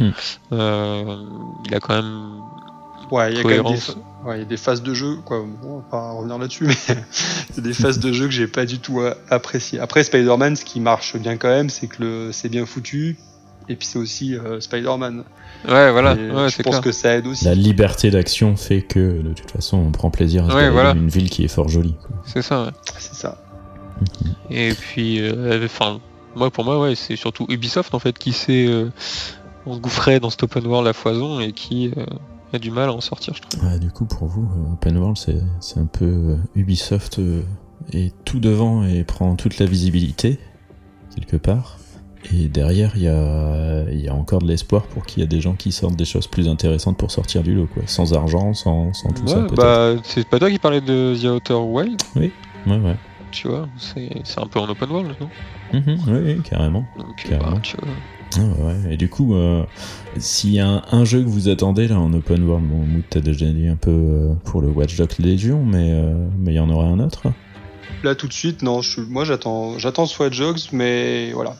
Il a quand même. Ouais, il y a quand même des phases de jeu, quoi. Bon, on va pas revenir là-dessus, mais c'est des phases de jeu que j'ai pas du tout appréciées. Après, Spider-Man, ce qui marche bien quand même, c'est que c'est bien foutu, et puis c'est aussi Spider-Man. Ouais, voilà. Je pense que ça aide aussi. La liberté d'action fait que, de toute façon, on prend plaisir à se balader dans une ville qui est fort jolie, quoi. C'est ça, ouais. C'est ça. Et puis, pour moi, c'est surtout Ubisoft, en fait, qui s'est engouffré dans cet open world à foison et qui a du mal à en sortir, je trouve. Ouais, du coup, pour vous, open world, c'est un peu Ubisoft est tout devant et prend toute la visibilité, quelque part. Et derrière, il y a encore de l'espoir pour qu'il y ait des gens qui sortent des choses plus intéressantes pour sortir du lot, quoi. Sans argent, sans tout ça, peut-être. C'est pas toi qui parlais de The Outer Wild ? Oui, ouais. Tu vois, c'est un peu en open world, non ? Oui, carrément. Donc, carrément. tu vois... Et du coup, s'il y a un jeu que vous attendez là en open world, bon, Mood t'as déjà dit un peu pour le Watch Dogs Legion, mais il y en aura un autre là ? Là tout de suite, non. Moi j'attends ce Watch Dogs, mais voilà,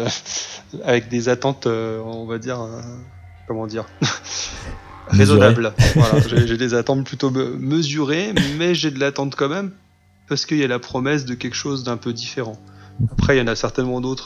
avec des attentes, on va dire, comment dire, raisonnables. Voilà, j'ai des attentes plutôt mesurées, mais j'ai de l'attente quand même parce qu'il y a la promesse de quelque chose d'un peu différent. Après, il y en a certainement d'autres,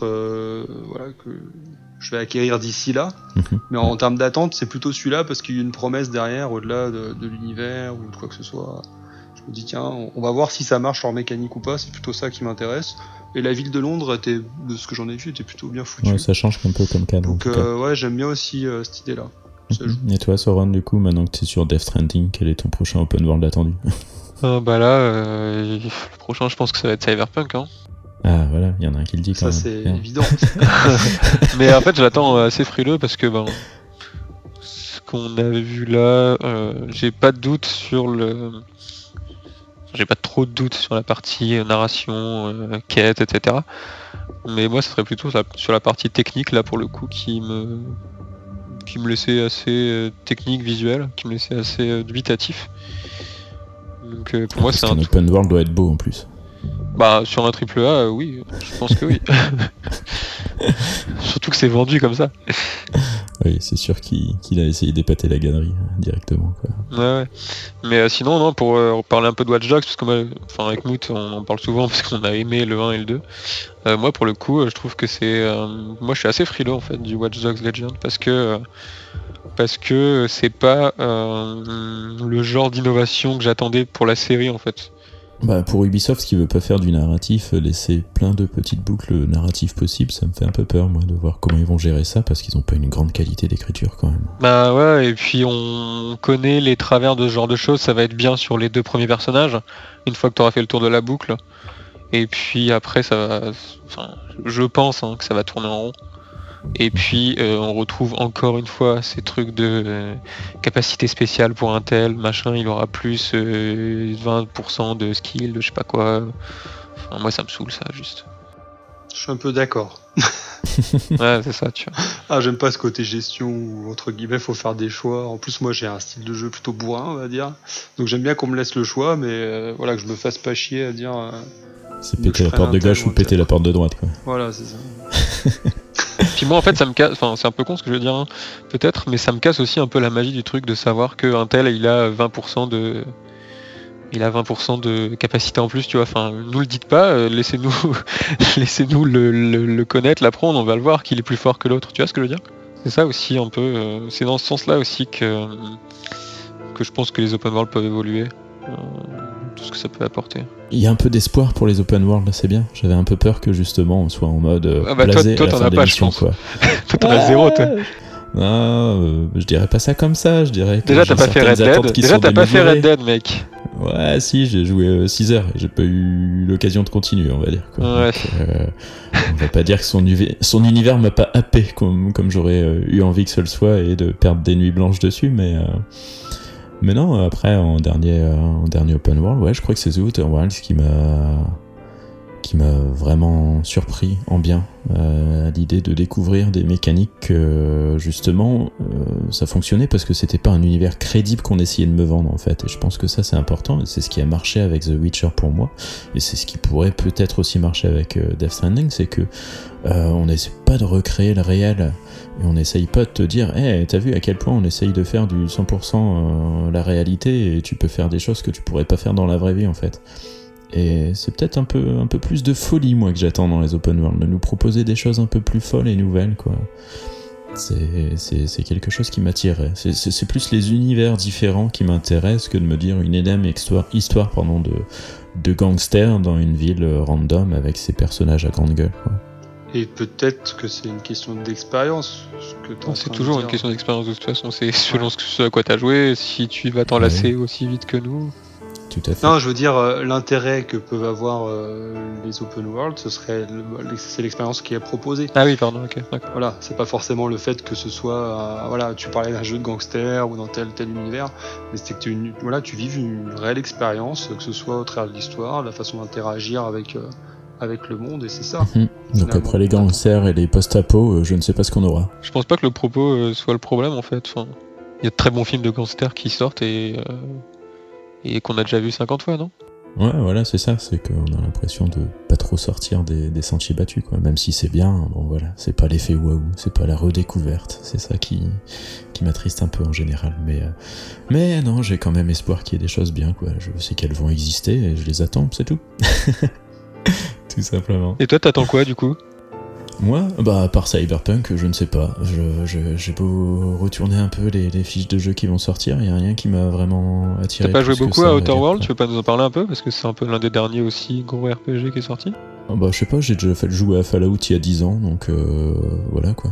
que je vais acquérir d'ici là. Mais en termes d'attente, c'est plutôt celui-là parce qu'il y a une promesse derrière, au-delà de l'univers ou de quoi que ce soit. Je me dis, tiens, on va voir si ça marche en mécanique ou pas. C'est plutôt ça qui m'intéresse. Et la ville de Londres, de ce que j'en ai vu, était plutôt bien foutue. Ouais, ça change un peu comme cadre. Donc, j'aime bien aussi cette idée-là. Et toi, Sauron, du coup, maintenant que tu es sur Death Stranding, quel est ton prochain open world attendu ? Le prochain, je pense que ça va être Cyberpunk, hein. Ah voilà, il y en a un qui le dit quand même. Ça c'est évident. Mais en fait, je l'attends assez frileux parce que ce qu'on a vu là, j'ai pas de doute j'ai pas trop de doute sur la partie narration, quête, etc. Mais moi, ça serait plutôt sur la partie technique là pour le coup qui me laissait assez technique, visuel, qui me laissait assez dubitatif. Donc pour moi, c'est un open world doit être beau en plus. Sur un AAA, oui, je pense que oui. Surtout que c'est vendu comme ça. Oui, c'est sûr qu'il a essayé d'épater la galerie directement, quoi. Ouais. Mais sinon, non, pour parler un peu de Watch Dogs, parce que moi, avec Moot, on en parle souvent parce qu'on a aimé le 1 et le 2. Moi, pour le coup, je trouve que c'est... moi, je suis assez frileux, en fait, du Watch Dogs Legion, parce que c'est pas le genre d'innovation que j'attendais pour la série, en fait. Pour Ubisoft, qui veut pas faire du narratif, laisser plein de petites boucles narratives possibles, ça me fait un peu peur, moi, de voir comment ils vont gérer ça, parce qu'ils ont pas une grande qualité d'écriture, quand même. Et puis on connaît les travers de ce genre de choses, ça va être bien sur les 2 premiers personnages, une fois que tu auras fait le tour de la boucle, et puis après, ça va... je pense que ça va tourner en rond. Et puis on retrouve encore une fois ces trucs de capacité spéciale pour un tel, machin, il aura plus 20% de skill, de je sais pas quoi. Moi ça me saoule ça, juste. Je suis un peu d'accord. Ouais, c'est ça, tu vois. J'aime pas ce côté gestion où entre guillemets faut faire des choix. En plus moi j'ai un style de jeu plutôt bourrin, on va dire. Donc j'aime bien qu'on me laisse le choix, mais que je me fasse pas chier à dire... c'est péter la porte de gauche ou péter la porte de droite, quoi. Voilà, c'est ça. Puis moi en fait ça me casse, c'est un peu con ce que je veux dire, hein, peut-être, mais ça me casse aussi un peu la magie du truc de savoir qu'un tel il a 20% de capacité en plus, tu vois, nous le dites pas, laissez-nous le connaître, l'apprendre, on va le voir qu'il est plus fort que l'autre, tu vois ce que je veux dire ? C'est ça aussi un peu, c'est dans ce sens-là aussi que je pense que les open world peuvent évoluer. Tout ce que ça peut apporter. Il y a un peu d'espoir pour les open world, là, c'est bien. J'avais un peu peur que justement on soit en mode blasé toi, à la fin de l'émission, quoi. Toi t'en as 0, toi. Non, je dirais pas ça comme ça, je dirais que déjà t'as pas fait Red Dead. Déjà t'as pas fait Red Dead, mec. Ouais, si, j'ai joué 6 heures et j'ai pas eu l'occasion de continuer, on va dire, quoi. Ouais. Donc, on va pas dire que son univers m'a pas happé comme j'aurais eu envie que ce le soit et de perdre des nuits blanches dessus, mais non, après, en dernier open world, ouais, je crois que c'est The Outer Wilds qui qui m'a vraiment surpris en bien, à l'idée de découvrir des mécaniques que justement ça fonctionnait parce que c'était pas un univers crédible qu'on essayait de me vendre en fait, et je pense que ça c'est important, et c'est ce qui a marché avec The Witcher pour moi, et c'est ce qui pourrait peut-être aussi marcher avec Death Stranding, c'est que on n'essaie pas de recréer le réel, et on n'essaye pas de te dire hey, t'as vu à quel point on essaye de faire du 100% la réalité, et tu peux faire des choses que tu pourrais pas faire dans la vraie vie en fait. Et c'est peut-être un peu plus de folie moi que j'attends dans les open world, de nous proposer des choses un peu plus folles et nouvelles quoi. C'est quelque chose qui m'attirerait. C'est plus les univers différents qui m'intéressent que de me dire une énième histoire de gangsters dans une ville random avec ses personnages à grande gueule quoi. Et peut-être que c'est une question d'expérience. C'est toujours une question d'expérience de toute façon, c'est selon ce à quoi t'as joué, si tu vas t'enlacer aussi vite que nous. Tout à fait. Non, je veux dire, l'intérêt que peuvent avoir les open world, c'est l'expérience qui est proposée. Ah oui, pardon, ok, d'accord. Voilà, c'est pas forcément le fait que ce soit, voilà, tu parlais d'un jeu de gangster ou dans tel univers, mais c'est que tu vives une réelle expérience, que ce soit au travers de l'histoire, la façon d'interagir avec le monde, et c'est ça. Donc après les gangsters et les post-apo, je ne sais pas ce qu'on aura. Je pense pas que le propos soit le problème en fait. Enfin, il y a de très bons films de gangsters qui sortent et qu'on a déjà vu 50 fois, non ? Ouais, voilà, c'est ça, c'est qu'on a l'impression de pas trop sortir des sentiers battus, quoi. Même si c'est bien, bon voilà, c'est pas l'effet waouh, c'est pas la redécouverte, c'est ça qui m'attriste un peu en général. Mais non, j'ai quand même espoir qu'il y ait des choses bien, quoi. Je sais qu'elles vont exister et je les attends, c'est tout. Tout simplement. Et toi, t'attends quoi du coup ? Moi, à part Cyberpunk, je ne sais pas. J'ai beau retourner un peu les fiches de jeux qui vont sortir, il y a rien qui m'a vraiment attiré. T'as pas joué beaucoup à Outer Worlds, tu veux pas nous en parler un peu ? Parce que c'est un peu l'un des derniers aussi gros RPG qui est sorti. Je sais pas, j'ai déjà fait le jouer à Fallout il y a 10 ans, donc voilà quoi.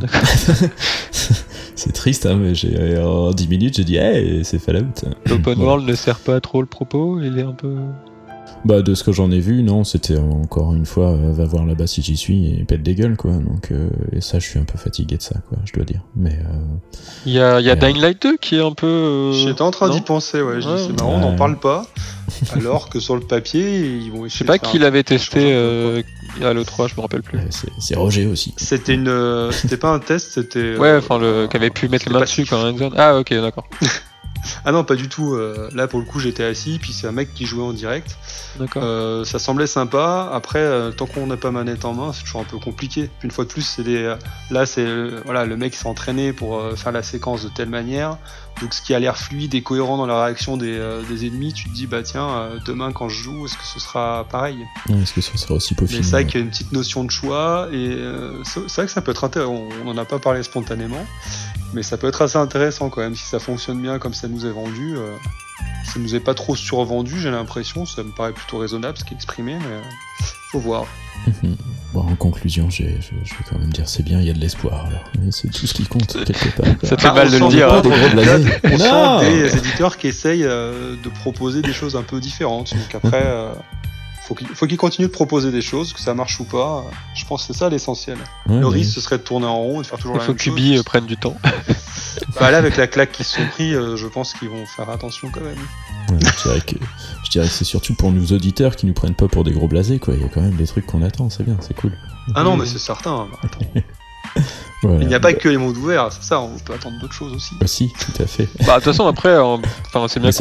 C'est triste, hein, mais en 10 minutes j'ai dit hey, c'est Fallout. L'open world ne sert pas trop le propos, il est un peu... De ce que j'en ai vu, non, c'était encore une fois, va voir là-bas si j'y suis et pète des gueules, quoi. Donc, et ça, je suis un peu fatigué de ça, quoi, je dois dire. Mais il y a Dying Light 2 qui est un peu. J'étais en train d'y penser, ouais. Je dis, c'est marrant, on n'en parle pas. Alors que sur le papier, ils vont essayer. Je sais pas qui l'avait testé à l'E3, je me rappelle plus. C'est Roger aussi. C'était pas un test, c'était. Ouais, enfin, qui avait pu mettre la main dessus quand même. Ah, ok, d'accord. Ah non, pas du tout. Là, pour le coup, j'étais assis, puis c'est un mec qui jouait en direct. D'accord. Ça semblait sympa. Après, tant qu'on n'a pas manette en main, c'est toujours un peu compliqué. Puis une fois de plus, là, c'est le mec s'est entraîné pour faire la séquence de telle manière. Donc, ce qui a l'air fluide et cohérent dans la réaction des ennemis, tu te dis, tiens, demain quand je joue, est-ce que ce sera pareil ? Est-ce que ce sera aussi peaufiné ? Mais c'est vrai qu'il y a une petite notion de choix, et c'est vrai que ça peut être intéressant. On n'en a pas parlé spontanément. Mais ça peut être assez intéressant quand même, si ça fonctionne bien comme ça nous est vendu. Ça nous est pas trop survendu, j'ai l'impression, ça me paraît plutôt raisonnable ce qui est exprimé, mais faut voir. En conclusion, je vais quand même dire c'est bien, il y a de l'espoir alors. Mais c'est tout ce qui compte quelque part. Ça te fait mal de le dire. On sent des éditeurs qui essayent de proposer des choses un peu différentes. Donc après, faut qu'ils continuent de proposer des choses, que ça marche ou pas. Je pense que c'est ça l'essentiel. Ouais, le risque, ce serait de tourner en rond et de faire toujours la même chose. Il faut que Ubi prenne du temps. Là, avec la claque qu'ils se sont pris, je pense qu'ils vont faire attention quand même. Ouais, je dirais que c'est surtout pour nos auditeurs qui nous prennent pas pour des gros blasés, quoi. Il y a quand même des trucs qu'on attend, c'est bien, c'est cool. Ah non, mais c'est certain. Voilà. Il n'y a pas que les mondes ouverts, c'est ça, on peut attendre d'autres choses aussi. Aussi, tout à fait. De toute façon, après, c'est bien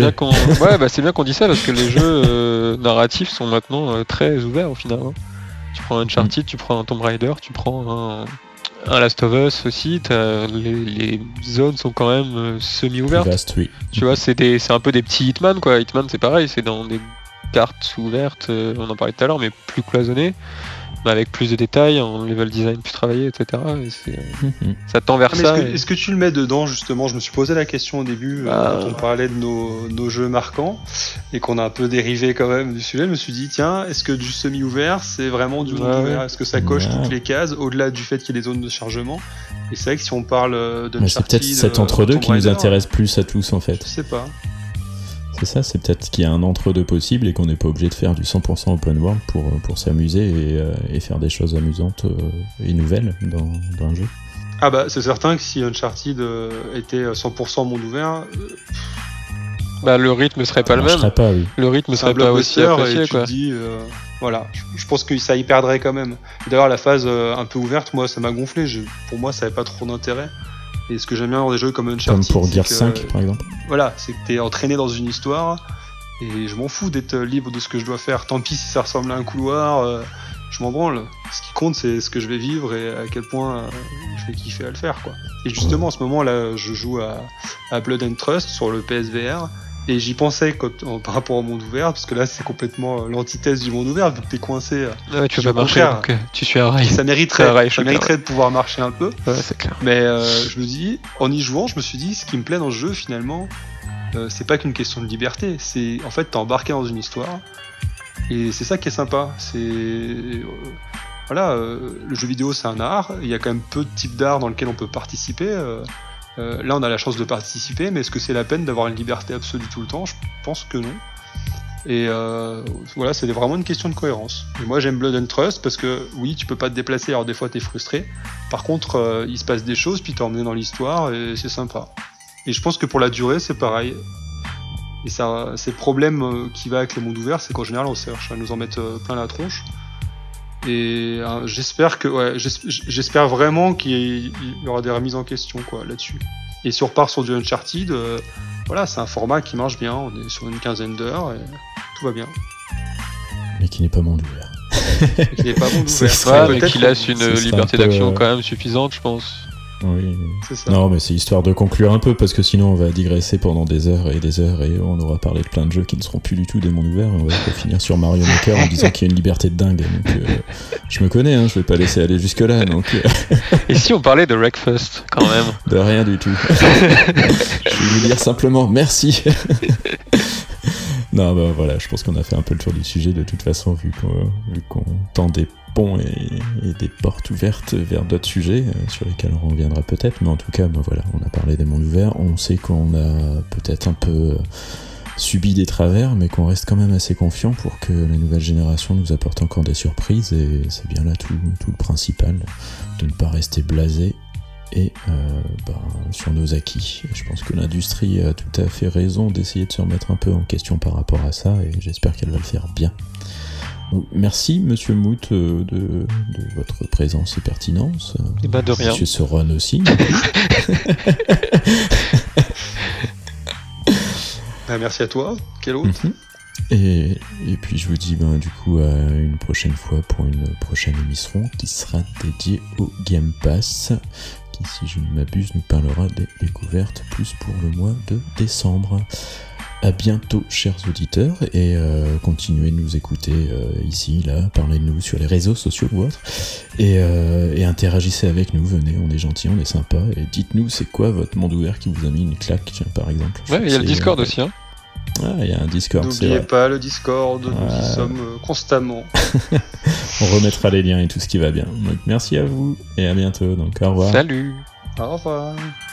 c'est bien qu'on dit ça parce que les jeux narratifs sont maintenant très ouverts au final. Hein. Tu prends un Uncharted, tu prends un Tomb Raider, tu prends un Last of Us aussi, les zones sont quand même semi-ouvertes. Vaste, oui. Tu vois, c'est un peu des petits Hitman, quoi. Hitman, c'est pareil, c'est dans des cartes ouvertes, on en parlait tout à l'heure, mais plus cloisonnées. Avec plus de détails, en level design plus travaillé, etc. Et ça tend vers ça. Est-ce que tu le mets dedans, justement ? Je me suis posé la question au début, quand on parlait de nos jeux marquants, et qu'on a un peu dérivé quand même du sujet. Je me suis dit, tiens, est-ce que du semi-ouvert, c'est vraiment du monde ouvert ? Est-ce que ça coche toutes les cases, au-delà du fait qu'il y ait des zones de chargement ? Et c'est vrai que si on parle de c'est peut-être cet entre-deux qui nous intéresse plus à tous, en fait. Je sais pas. C'est ça, c'est peut-être qu'il y a un entre-deux possible et qu'on n'est pas obligé de faire du 100% open world pour s'amuser et faire des choses amusantes et nouvelles dans un jeu. C'est certain que si Uncharted était 100% monde ouvert, Bah, le rythme serait pas le même. marcherait pas, oui. Le rythme C'est un serait pas aussi blockbuster apprécié, et tu quoi. te dis, voilà, je pense que ça y perdrait quand même. D'ailleurs, la phase un peu ouverte, moi, ça m'a gonflé. Pour moi, ça avait pas trop d'intérêt. Et ce que j'aime bien dans des jeux comme Uncharted, Comme pour c'est Gears que, 5, par exemple. voilà, c'est que t'es entraîné dans une histoire et je m'en fous d'être libre de ce que je dois faire. Tant pis si ça ressemble à un couloir, je m'en branle. Ce qui compte, c'est ce que je vais vivre et à quel point je vais kiffer à le faire, quoi. Et justement, en ce moment, là, je joue à Blood and Trust sur le PSVR. Et j'y pensais par rapport au monde ouvert, parce que là c'est complètement l'antithèse du monde ouvert, vu que t'es coincé. Ouais, tu Au peux pas marcher, contraire. donc tu suis un rail. Ça C'est un mériterait, rail ça shooter, mériterait de pouvoir marcher un peu. Ouais, c'est clair. Mais je me dis, en y jouant, je me suis dit, ce qui me plaît dans ce jeu finalement, c'est pas qu'une question de liberté, c'est en fait t'es embarqué dans une histoire, et c'est ça qui est sympa. Voilà, le jeu vidéo c'est un art, il y a quand même peu de types d'art dans lesquels on peut participer. Là, on a la chance de participer, mais est-ce que c'est la peine d'avoir une liberté absolue tout le temps ? Je pense que non. Et voilà, c'est vraiment une question de cohérence. Et moi, j'aime Blood and Trust parce que oui, tu peux pas te déplacer, alors des fois, t'es frustré. Par contre, il se passe des choses, puis t'es emmené dans l'histoire, et c'est sympa. Et je pense que pour la durée, c'est pareil. Et ça, c'est le problème qui va avec les mondes ouverts, c'est qu'en général, on cherche à nous en mettre plein la tronche. Et j'espère vraiment qu'il y aura des remises en question, quoi, là-dessus. Et si on repart sur du Uncharted, voilà, c'est un format qui marche bien, on est sur une 15aine d'heures et tout va bien. Mais qui n'est pas monde ouvert. Et qu'il n'est pas monde Ce ouvert. serait- Ouais, mais qu'il laisse ce une serait liberté un peu, d'action quand même suffisante, je pense. Oui. C'est ça. Non, mais c'est histoire de conclure un peu, parce que sinon on va digresser pendant des heures, et on aura parlé de plein de jeux qui ne seront plus du tout des mondes ouverts, et on va finir sur Mario Maker en disant qu'il y a une liberté de dingue. Donc, je me connais, hein, je vais pas laisser aller jusque-là, donc Et si on parlait de Wreckfest, quand même? de rien du tout. Je vais lui dire simplement merci. Non, bah voilà, je pense qu'on a fait un peu le tour du sujet de toute façon, vu qu'on tend des ponts et des portes ouvertes vers d'autres sujets sur lesquels on reviendra peut-être, mais en tout cas, bah voilà, on a parlé des mondes ouverts, on sait qu'on a peut-être un peu subi des travers, mais qu'on reste quand même assez confiant pour que la nouvelle génération nous apporte encore des surprises, et c'est bien là tout le principal, de ne pas rester blasé et sur nos acquis. Et je pense que l'industrie a tout à fait raison d'essayer de se remettre un peu en question par rapport à ça, et j'espère qu'elle va le faire bien. Donc, merci Monsieur Mout de votre présence et pertinence. Et bah de rien. Monsieur Soron aussi. Merci à toi. Quel autre Et puis je vous dis du coup à une prochaine fois pour une prochaine émission qui sera dédiée au Game Pass, qui, si je ne m'abuse, nous parlera des découvertes plus pour le mois de décembre. À bientôt, chers auditeurs, et continuez de nous écouter ici, là, parlez-nous sur les réseaux sociaux ou autres, et interagissez avec nous, venez, on est gentils, on est sympa, et dites-nous c'est quoi votre monde ouvert qui vous a mis une claque, tiens, par exemple. Ouais, il y a le Discord aussi, hein. Ah, il y a un Discord, c'est N'oubliez vrai. pas le Discord, nous y sommes constamment. On remettra les liens et tout ce qui va bien. Donc merci à vous, et à bientôt, donc au revoir. Salut! Au revoir.